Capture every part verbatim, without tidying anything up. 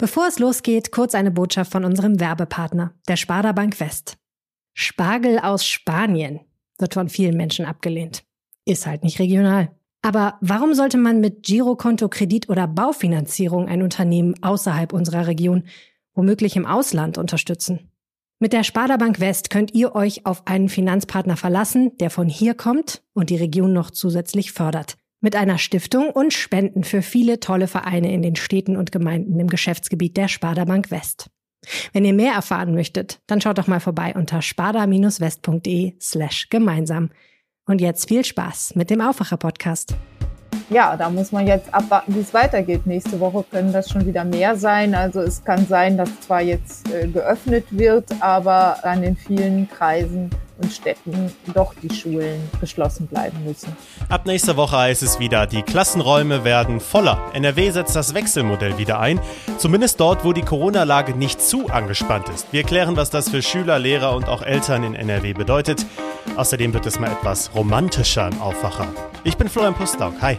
Bevor es losgeht, kurz eine Botschaft von unserem Werbepartner, der Sparda Bank West. Spargel aus Spanien wird von vielen Menschen abgelehnt. Ist halt nicht regional. Aber warum sollte man mit Girokonto, Kredit oder Baufinanzierung ein Unternehmen außerhalb unserer Region, womöglich im Ausland, unterstützen? Mit der Sparda Bank West könnt ihr euch auf einen Finanzpartner verlassen, der von hier kommt und die Region noch zusätzlich fördert. Mit einer Stiftung und Spenden für viele tolle Vereine in den Städten und Gemeinden im Geschäftsgebiet der Sparda Bank West. Wenn ihr mehr erfahren möchtet, dann schaut doch mal vorbei unter sparda-west.de slash gemeinsam. Und jetzt viel Spaß mit dem Aufwacher-Podcast. Ja, da muss man jetzt abwarten, wie es weitergeht. Nächste Woche können das schon wieder mehr sein. Also es kann sein, dass zwar jetzt äh, geöffnet wird, aber an den vielen Kreisen und Städten doch die Schulen geschlossen bleiben müssen. Ab nächster Woche heißt es wieder, die Klassenräume werden voller. N R W setzt das Wechselmodell wieder ein, zumindest dort, wo die Corona-Lage nicht zu angespannt ist. Wir klären, was das für Schüler, Lehrer und auch Eltern in N R W bedeutet. Außerdem wird es mal etwas romantischer im Aufwacher. Ich bin Florian Pustlauk. Hi.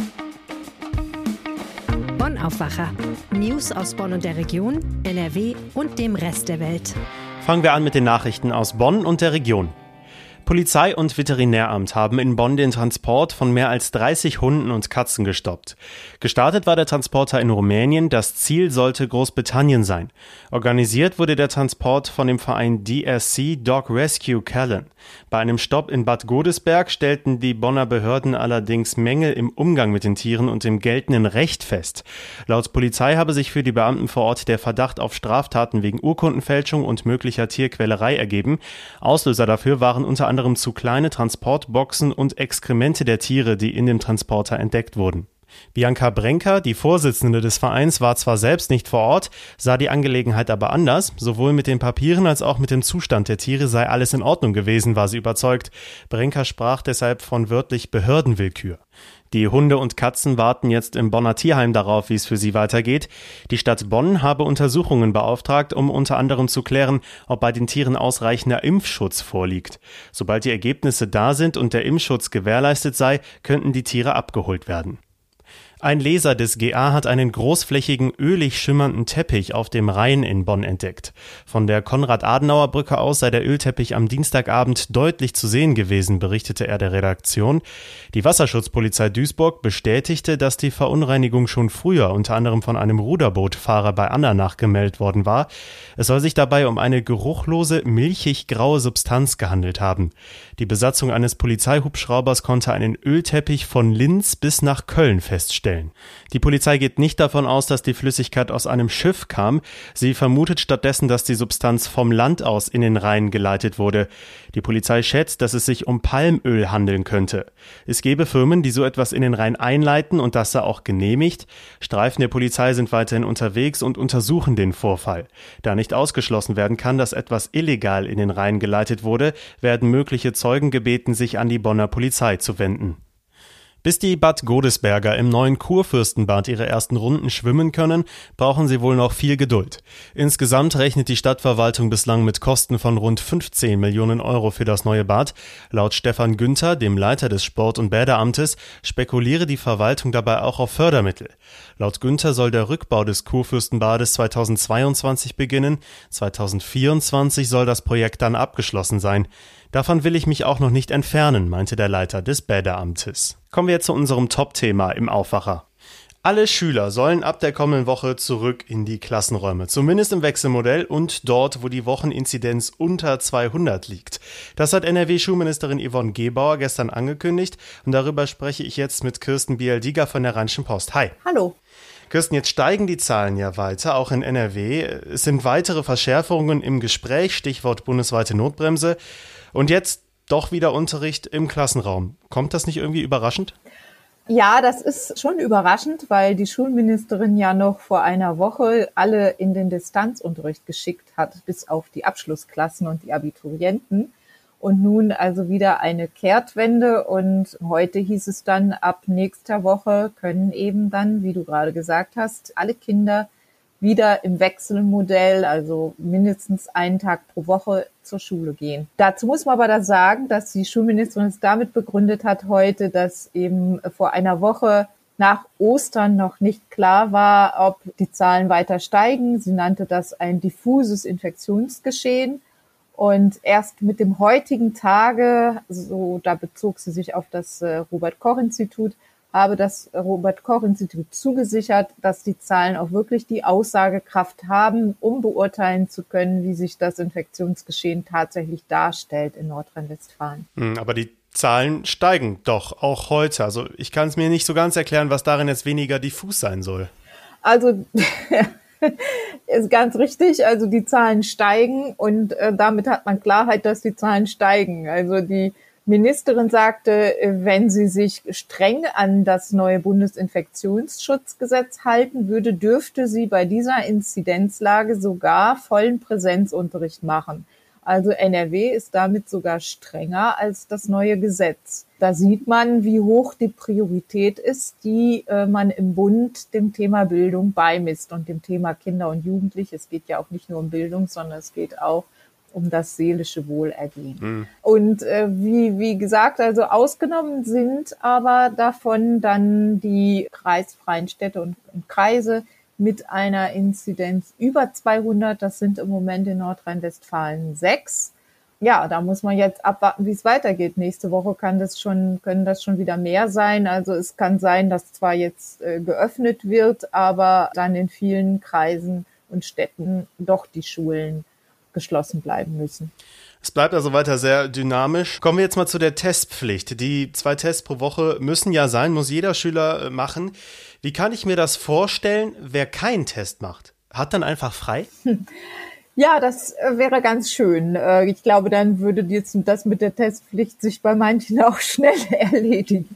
Bonn Aufwacher. News aus Bonn und der Region, N R W und dem Rest der Welt. Fangen wir an mit den Nachrichten aus Bonn und der Region. Polizei und Veterinäramt haben in Bonn den Transport von mehr als dreißig Hunden und Katzen gestoppt. Gestartet war der Transporter in Rumänien, das Ziel sollte Großbritannien sein. Organisiert wurde der Transport von dem Verein D S C Dog Rescue Callan. Bei einem Stopp in Bad Godesberg stellten die Bonner Behörden allerdings Mängel im Umgang mit den Tieren und dem geltenden Recht fest. Laut Polizei habe sich für die Beamten vor Ort der Verdacht auf Straftaten wegen Urkundenfälschung und möglicher Tierquälerei ergeben. Auslöser dafür waren unter anderem zu kleine Transportboxen und Exkremente der Tiere, die in dem Transporter entdeckt wurden. Bianca Brenker, die Vorsitzende des Vereins, war zwar selbst nicht vor Ort, sah die Angelegenheit aber anders. Sowohl mit den Papieren als auch mit dem Zustand der Tiere sei alles in Ordnung gewesen, war sie überzeugt. Brenker sprach deshalb von wörtlich Behördenwillkür. Die Hunde und Katzen warten jetzt im Bonner Tierheim darauf, wie es für sie weitergeht. Die Stadt Bonn habe Untersuchungen beauftragt, um unter anderem zu klären, ob bei den Tieren ausreichender Impfschutz vorliegt. Sobald die Ergebnisse da sind und der Impfschutz gewährleistet sei, könnten die Tiere abgeholt werden. Ein Leser des G A hat einen großflächigen, ölig schimmernden Teppich auf dem Rhein in Bonn entdeckt. Von der Konrad-Adenauer-Brücke aus sei der Ölteppich am Dienstagabend deutlich zu sehen gewesen, berichtete er der Redaktion. Die Wasserschutzpolizei Duisburg bestätigte, dass die Verunreinigung schon früher unter anderem von einem Ruderbootfahrer bei Andernach gemeldet worden war. Es soll sich dabei um eine geruchlose, milchig-graue Substanz gehandelt haben. Die Besatzung eines Polizeihubschraubers konnte einen Ölteppich von Linz bis nach Köln feststellen. Die Polizei geht nicht davon aus, dass die Flüssigkeit aus einem Schiff kam. Sie vermutet stattdessen, dass die Substanz vom Land aus in den Rhein geleitet wurde. Die Polizei schätzt, dass es sich um Palmöl handeln könnte. Es gebe Firmen, die so etwas in den Rhein einleiten und das sei auch genehmigt. Streifen der Polizei sind weiterhin unterwegs und untersuchen den Vorfall. Da nicht ausgeschlossen werden kann, dass etwas illegal in den Rhein geleitet wurde, werden mögliche Zeugen gebeten, sich an die Bonner Polizei zu wenden. Bis die Bad Godesberger im neuen Kurfürstenbad ihre ersten Runden schwimmen können, brauchen sie wohl noch viel Geduld. Insgesamt rechnet die Stadtverwaltung bislang mit Kosten von rund fünfzehn Millionen Euro für das neue Bad. Laut Stefan Günther, dem Leiter des Sport- und Bäderamtes, spekuliere die Verwaltung dabei auch auf Fördermittel. Laut Günther soll der Rückbau des Kurfürstenbades zweitausendzweiundzwanzig beginnen. zweitausendvierundzwanzig soll das Projekt dann abgeschlossen sein. Davon will ich mich auch noch nicht entfernen, meinte der Leiter des Bäderamtes. Kommen wir jetzt zu unserem Top-Thema im Aufwacher. Alle Schüler sollen ab der kommenden Woche zurück in die Klassenräume, zumindest im Wechselmodell und dort, wo die Wocheninzidenz unter zweihundert liegt. Das hat N R W-Schulministerin Yvonne Gebauer gestern angekündigt und darüber spreche ich jetzt mit Kirsten Bialdiger von der Rheinischen Post. Hi. Hallo. Kirsten, jetzt steigen die Zahlen ja weiter, auch in N R W. Es sind weitere Verschärfungen im Gespräch, Stichwort bundesweite Notbremse. Und jetzt doch wieder Unterricht im Klassenraum. Kommt das nicht irgendwie überraschend? Ja, das ist schon überraschend, weil die Schulministerin ja noch vor einer Woche alle in den Distanzunterricht geschickt hat, bis auf die Abschlussklassen und die Abiturienten. Und nun also wieder eine Kehrtwende. Und heute hieß es dann, ab nächster Woche können eben dann, wie du gerade gesagt hast, alle Kinder wieder im Wechselmodell, also mindestens einen Tag pro Woche zur Schule gehen. Dazu muss man aber da sagen, dass die Schulministerin es damit begründet hat heute, dass eben vor einer Woche nach Ostern noch nicht klar war, ob die Zahlen weiter steigen. Sie nannte das ein diffuses Infektionsgeschehen. Und erst mit dem heutigen Tage, so da bezog sie sich auf das äh, Robert-Koch-Institut, habe das Robert-Koch-Institut zugesichert, dass die Zahlen auch wirklich die Aussagekraft haben, um beurteilen zu können, wie sich das Infektionsgeschehen tatsächlich darstellt in Nordrhein-Westfalen. Aber die Zahlen steigen doch, auch heute. Also ich kann es mir nicht so ganz erklären, was darin jetzt weniger diffus sein soll. Also ist ganz richtig, also die Zahlen steigen und äh, damit hat man Klarheit, dass die Zahlen steigen. Also die Ministerin sagte, wenn sie sich streng an das neue Bundesinfektionsschutzgesetz halten würde, dürfte sie bei dieser Inzidenzlage sogar vollen Präsenzunterricht machen. Also N R W ist damit sogar strenger als das neue Gesetz. Da sieht man, wie hoch die Priorität ist, die äh, man im Bund dem Thema Bildung beimisst und dem Thema Kinder und Jugendliche. Es geht ja auch nicht nur um Bildung, sondern es geht auch um das seelische Wohlergehen. Mhm. Und äh, wie, wie gesagt, also ausgenommen sind aber davon dann die kreisfreien Städte und, und Kreise mit einer Inzidenz über zweihundert. Das sind im Moment in Nordrhein-Westfalen sechs. Ja, da muss man jetzt abwarten, wie es weitergeht. Nächste Woche kann das schon, können das schon wieder mehr sein. Also es kann sein, dass zwar jetzt äh, geöffnet wird, aber dann in vielen Kreisen und Städten doch die Schulen geschlossen bleiben müssen. Es bleibt also weiter sehr dynamisch. Kommen wir jetzt mal zu der Testpflicht. Die zwei Tests pro Woche müssen ja sein, muss jeder Schüler machen. Wie kann ich mir das vorstellen, wer keinen Test macht? Hat dann einfach frei? Ja, das wäre ganz schön. Ich glaube, dann würde das mit der Testpflicht sich bei manchen auch schnell erledigen.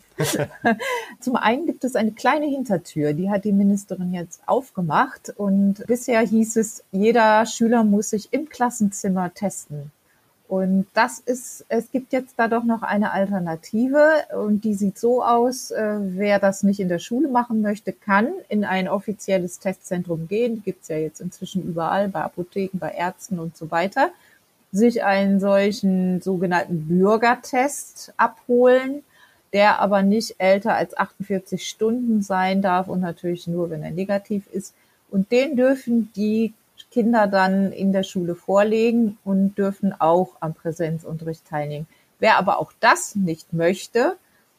Zum einen gibt es eine kleine Hintertür, die hat die Ministerin jetzt aufgemacht. Und bisher hieß es, jeder Schüler muss sich im Klassenzimmer testen. Und das ist, es gibt jetzt da doch noch eine Alternative und die sieht so aus, äh, wer das nicht in der Schule machen möchte, kann in ein offizielles Testzentrum gehen, die gibt's ja jetzt inzwischen überall, bei Apotheken, bei Ärzten und so weiter, sich einen solchen sogenannten Bürgertest abholen, der aber nicht älter als achtundvierzig Stunden sein darf und natürlich nur, wenn er negativ ist. Und den dürfen die Kinder dann in der Schule vorlegen und dürfen auch am Präsenzunterricht teilnehmen. Wer aber auch das nicht möchte,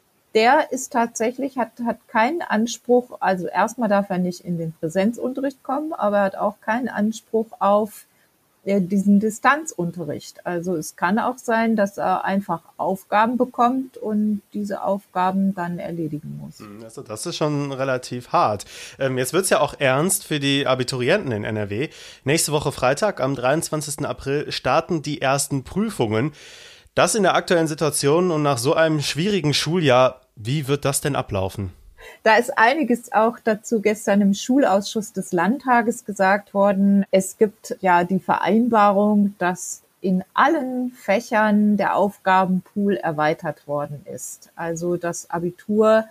der ist tatsächlich, hat, hat keinen Anspruch, also erstmal darf er nicht in den Präsenzunterricht kommen, aber er hat auch keinen Anspruch auf äh, diesen Distanzunterricht. Also es kann auch sein, dass er einfach Aufgaben bekommt und diese Aufgaben dann erledigen muss. Also das ist schon relativ hart. Ähm, jetzt wird es ja auch ernst für die Abiturienten in N R W. Nächste Woche Freitag, am dreiundzwanzigsten April, starten die ersten Prüfungen. Das in der aktuellen Situation und nach so einem schwierigen Schuljahr, wie wird das denn ablaufen? Da ist einiges auch dazu gestern im Schulausschuss des Landtages gesagt worden. Es gibt ja die Vereinbarung, dass in allen Fächern der Aufgabenpool erweitert worden ist. Also das Abitur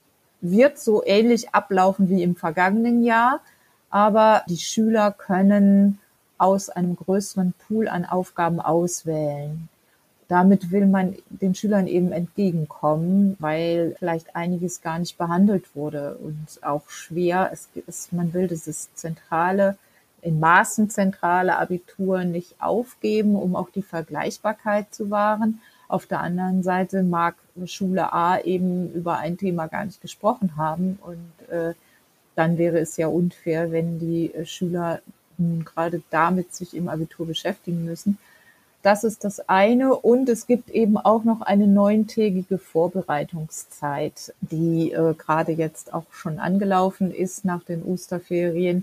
wird so ähnlich ablaufen wie im vergangenen Jahr, aber die Schüler können aus einem größeren Pool an Aufgaben auswählen. Damit will man den Schülern eben entgegenkommen, weil vielleicht einiges gar nicht behandelt wurde und auch schwer. Es ist, man will dieses zentrale, in Maßen zentrale Abitur nicht aufgeben, um auch die Vergleichbarkeit zu wahren. Auf der anderen Seite mag Schule A eben über ein Thema gar nicht gesprochen haben und äh, dann wäre es ja unfair, wenn die äh, Schüler mh, gerade damit sich im Abitur beschäftigen müssen. Das ist das eine. Und es gibt eben auch noch eine neuntägige Vorbereitungszeit, die äh, gerade jetzt auch schon angelaufen ist nach den Osterferien.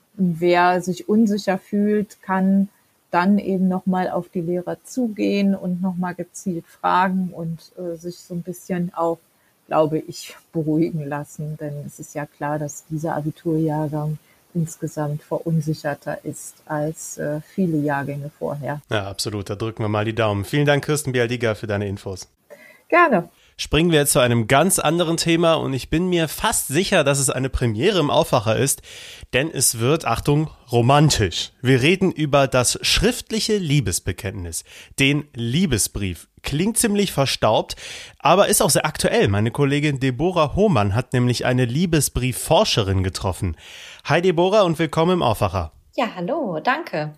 Wer sich unsicher fühlt, kann dann eben nochmal auf die Lehrer zugehen und nochmal gezielt fragen und äh, sich so ein bisschen auch, glaube ich, beruhigen lassen. Denn es ist ja klar, dass dieser Abiturjahrgang insgesamt verunsicherter ist als äh, viele Jahrgänge vorher. Ja, absolut. Da drücken wir mal die Daumen. Vielen Dank, Kirsten Bialdiga, für deine Infos. Gerne. springen wir jetzt zu einem ganz anderen Thema und ich bin mir fast sicher, dass es eine Premiere im Aufwacher ist, denn es wird, Achtung, romantisch. Wir reden über das schriftliche Liebesbekenntnis, den Liebesbrief. Klingt ziemlich verstaubt, aber ist auch sehr aktuell. Meine Kollegin Deborah Hohmann hat nämlich eine Liebesbriefforscherin getroffen. Hi Deborah und willkommen im Aufwacher. Ja, hallo, danke.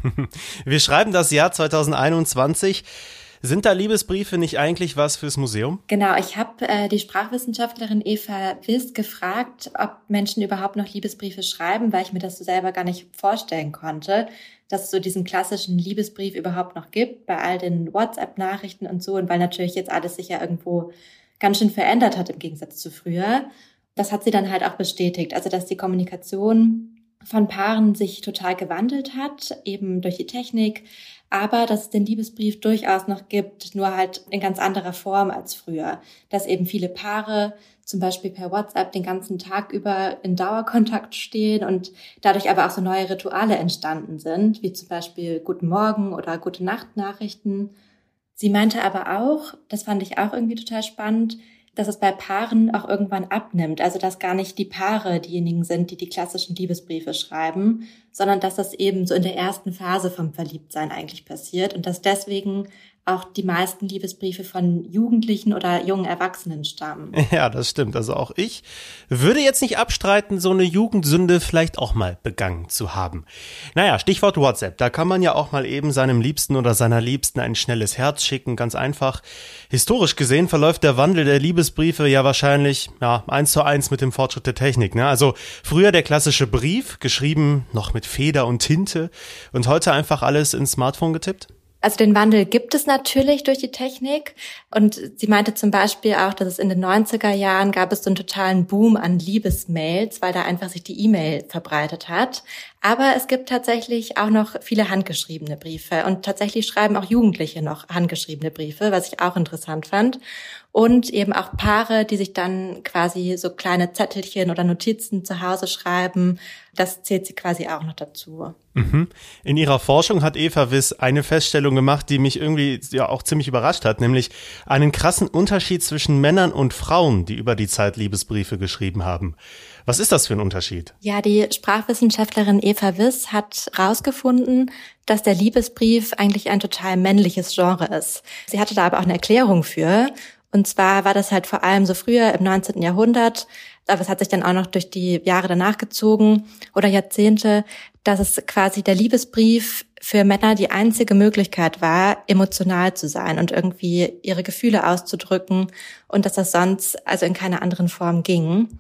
Wir schreiben das Jahr zwanzig einundzwanzig. Sind da Liebesbriefe nicht eigentlich was fürs Museum? Genau, ich habe äh, die Sprachwissenschaftlerin Eva Wiss gefragt, ob Menschen überhaupt noch Liebesbriefe schreiben, weil ich mir das so selber gar nicht vorstellen konnte, dass es so diesen klassischen Liebesbrief überhaupt noch gibt, bei all den WhatsApp-Nachrichten und so, und weil natürlich jetzt alles sich ja irgendwo ganz schön verändert hat im Gegensatz zu früher. Das hat sie dann halt auch bestätigt, also dass die Kommunikation von Paaren sich total gewandelt hat, eben durch die Technik, aber dass es den Liebesbrief durchaus noch gibt, nur halt in ganz anderer Form als früher. Dass eben viele Paare zum Beispiel per WhatsApp den ganzen Tag über in Dauerkontakt stehen und dadurch aber auch so neue Rituale entstanden sind, wie zum Beispiel Guten Morgen oder Gute Nacht Nachrichten. Sie meinte aber auch, das fand ich auch irgendwie total spannend, dass es bei Paaren auch irgendwann abnimmt. Also dass gar nicht die Paare diejenigen sind, die die klassischen Liebesbriefe schreiben, sondern dass das eben so in der ersten Phase vom Verliebtsein eigentlich passiert und dass deswegen auch die meisten Liebesbriefe von Jugendlichen oder jungen Erwachsenen stammen. Ja, das stimmt. Also auch ich würde jetzt nicht abstreiten, so eine Jugendsünde vielleicht auch mal begangen zu haben. Naja, Stichwort WhatsApp. Da kann man ja auch mal eben seinem Liebsten oder seiner Liebsten ein schnelles Herz schicken, ganz einfach. Historisch gesehen verläuft der Wandel der Liebesbriefe ja wahrscheinlich ja eins zu eins mit dem Fortschritt der Technik, ne? Also früher der klassische Brief, geschrieben noch mit Feder und Tinte und heute einfach alles ins Smartphone getippt? Also den Wandel gibt es natürlich durch die Technik und sie meinte zum Beispiel auch, dass es in den neunziger Jahren gab es so einen totalen Boom an Liebesmails, weil da einfach sich die E-Mail verbreitet hat. Aber es gibt tatsächlich auch noch viele handgeschriebene Briefe und tatsächlich schreiben auch Jugendliche noch handgeschriebene Briefe, was ich auch interessant fand. Und eben auch Paare, die sich dann quasi so kleine Zettelchen oder Notizen zu Hause schreiben. Das zählt sie quasi auch noch dazu. Mhm. In ihrer Forschung hat Eva Wiss eine Feststellung gemacht, die mich irgendwie ja auch ziemlich überrascht hat, nämlich einen krassen Unterschied zwischen Männern und Frauen, die über die Zeit Liebesbriefe geschrieben haben. Was ist das für ein Unterschied? Ja, die Sprachwissenschaftlerin Eva Wiss hat herausgefunden, dass der Liebesbrief eigentlich ein total männliches Genre ist. Sie hatte da aber auch eine Erklärung für. Und zwar war das halt vor allem so früher im neunzehnten Jahrhundert, aber es hat sich dann auch noch durch die Jahre danach gezogen oder Jahrzehnte, dass es quasi der Liebesbrief für Männer die einzige Möglichkeit war, emotional zu sein und irgendwie ihre Gefühle auszudrücken und dass das sonst also in keiner anderen Form ging.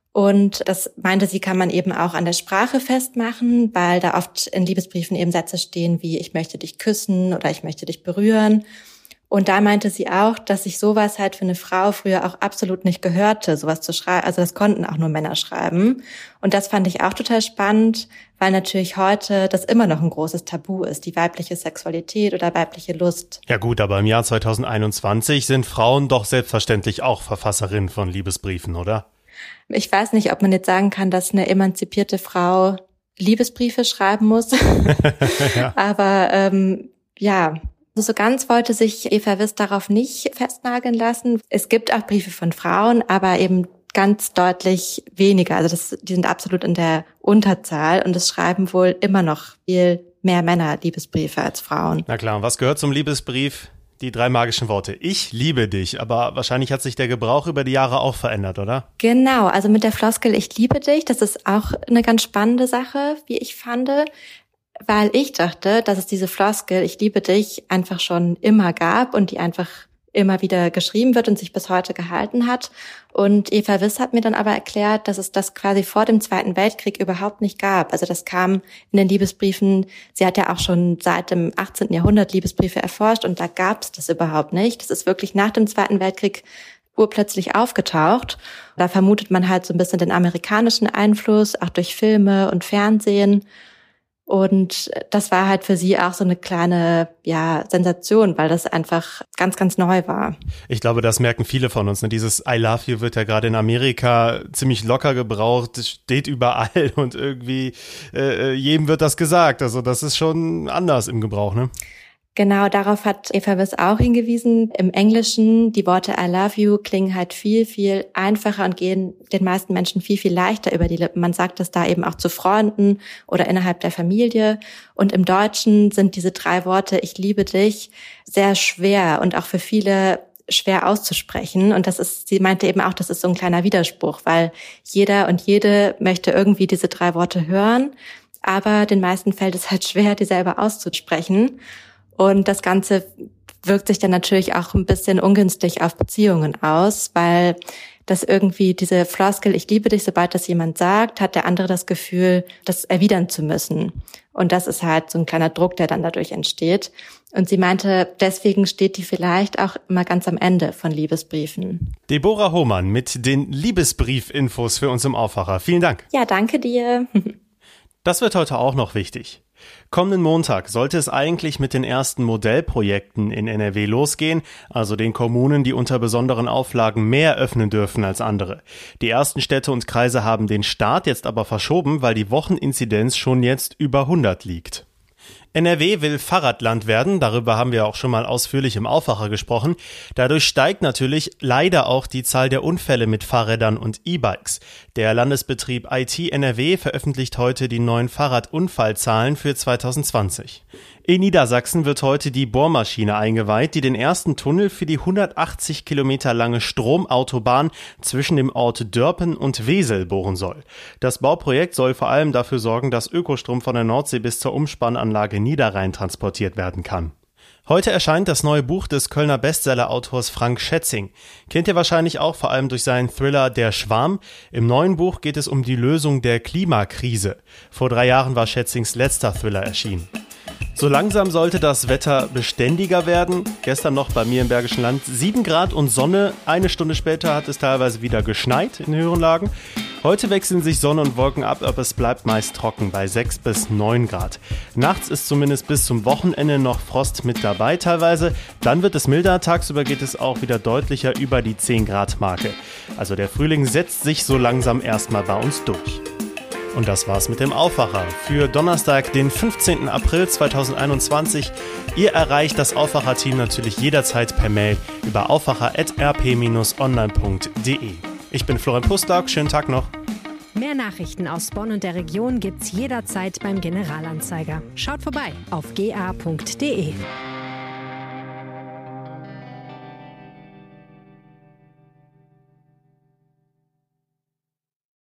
Und das meinte sie, kann man eben auch an der Sprache festmachen, weil da oft in Liebesbriefen eben Sätze stehen wie ich möchte dich küssen oder ich möchte dich berühren. Und da meinte sie auch, dass sich sowas halt für eine Frau früher auch absolut nicht gehörte, sowas zu schreiben. Also das konnten auch nur Männer schreiben. Und das fand ich auch total spannend, weil natürlich heute das immer noch ein großes Tabu ist, die weibliche Sexualität oder weibliche Lust. Ja gut, aber im Jahr zwanzig einundzwanzig sind Frauen doch selbstverständlich auch Verfasserinnen von Liebesbriefen, oder? Ich weiß nicht, ob man jetzt sagen kann, dass eine emanzipierte Frau Liebesbriefe schreiben muss. Ja. Aber ähm, ja... So ganz wollte sich Eva Wiss darauf nicht festnageln lassen. Es gibt auch Briefe von Frauen, aber eben ganz deutlich weniger. Also das, die sind absolut in der Unterzahl und es schreiben wohl immer noch viel mehr Männer Liebesbriefe als Frauen. Na klar, und was gehört zum Liebesbrief? Die drei magischen Worte. Ich liebe dich, aber wahrscheinlich hat sich der Gebrauch über die Jahre auch verändert, oder? Genau, also mit der Floskel Ich liebe dich, das ist auch eine ganz spannende Sache, wie ich fand. Weil ich dachte, dass es diese Floskel, ich liebe dich, einfach schon immer gab und die einfach immer wieder geschrieben wird und sich bis heute gehalten hat. Und Eva Wiss hat mir dann aber erklärt, dass es das quasi vor dem Zweiten Weltkrieg überhaupt nicht gab. Also das kam in den Liebesbriefen, sie hat ja auch schon seit dem achtzehnten Jahrhundert Liebesbriefe erforscht und da gab es das überhaupt nicht. Das ist wirklich nach dem Zweiten Weltkrieg urplötzlich aufgetaucht. Da vermutet man halt so ein bisschen den amerikanischen Einfluss, auch durch Filme und Fernsehen. Und das war halt für sie auch so eine kleine, ja, Sensation, weil das einfach ganz, ganz neu war. Ich glaube, das merken viele von uns. Ne? Dieses I love you wird ja gerade in Amerika ziemlich locker gebraucht. Es steht überall und irgendwie äh, jedem wird das gesagt. Also das ist schon anders im Gebrauch, ne? Genau, darauf hat Eva Wiss auch hingewiesen. Im Englischen, die Worte I love you klingen halt viel, viel einfacher und gehen den meisten Menschen viel, viel leichter über die Lippen. Man sagt das da eben auch zu Freunden oder innerhalb der Familie. Und im Deutschen sind diese drei Worte, ich liebe dich, sehr schwer und auch für viele schwer auszusprechen. Und das ist, sie meinte eben auch, das ist so ein kleiner Widerspruch, weil jeder und jede möchte irgendwie diese drei Worte hören, aber den meisten fällt es halt schwer, die selber auszusprechen. Und das Ganze wirkt sich dann natürlich auch ein bisschen ungünstig auf Beziehungen aus, weil das irgendwie diese Floskel, ich liebe dich, sobald das jemand sagt, hat der andere das Gefühl, das erwidern zu müssen. Und das ist halt so ein kleiner Druck, der dann dadurch entsteht. Und sie meinte, deswegen steht die vielleicht auch immer ganz am Ende von Liebesbriefen. Deborah Hohmann mit den Liebesbrief-Infos für uns im Aufwacher. Vielen Dank. Ja, danke dir. Das wird heute auch noch wichtig. Kommenden Montag sollte es eigentlich mit den ersten Modellprojekten in N R W losgehen, also den Kommunen, die unter besonderen Auflagen mehr öffnen dürfen als andere. Die ersten Städte und Kreise haben den Start jetzt aber verschoben, weil die Wocheninzidenz schon jetzt über hundert liegt. N R W will Fahrradland werden, darüber haben wir auch schon mal ausführlich im Aufwacher gesprochen. Dadurch steigt natürlich leider auch die Zahl der Unfälle mit Fahrrädern und E-Bikes. Der Landesbetrieb I T N R W veröffentlicht heute die neuen Fahrradunfallzahlen für zwanzig zwanzig. In Niedersachsen wird heute die Bohrmaschine eingeweiht, die den ersten Tunnel für die hundertachtzig Kilometer lange Stromautobahn zwischen dem Ort Dörpen und Wesel bohren soll. Das Bauprojekt soll vor allem dafür sorgen, dass Ökostrom von der Nordsee bis zur Umspannanlage Niederrhein transportiert werden kann. Heute erscheint das neue Buch des Kölner Bestseller-Autors Frank Schätzing. Kennt ihr wahrscheinlich auch vor allem durch seinen Thriller Der Schwarm. Im neuen Buch geht es um die Lösung der Klimakrise. Vor drei Jahren war Schätzings letzter Thriller erschienen. So langsam sollte das Wetter beständiger werden. Gestern noch bei mir im Bergischen Land sieben Grad und Sonne. Eine Stunde später hat es teilweise wieder geschneit in höheren Lagen. Heute wechseln sich Sonne und Wolken ab, aber es bleibt meist trocken bei sechs bis neun Grad. Nachts ist zumindest bis zum Wochenende noch Frost mit dabei teilweise. Dann wird es milder, tagsüber geht es auch wieder deutlicher über die zehn Grad Marke. Also der Frühling setzt sich so langsam erstmal bei uns durch. Und das war's mit dem Aufwacher für Donnerstag, den fünfzehnten April zweitausendeinundzwanzig. Ihr erreicht das Aufwacher-Team natürlich jederzeit per Mail über aufwacher at r p dash online punkt d e. Ich bin Florian Pustlauk, schönen Tag noch. Mehr Nachrichten aus Bonn und der Region gibt's jederzeit beim Generalanzeiger. Schaut vorbei auf g a punkt d e.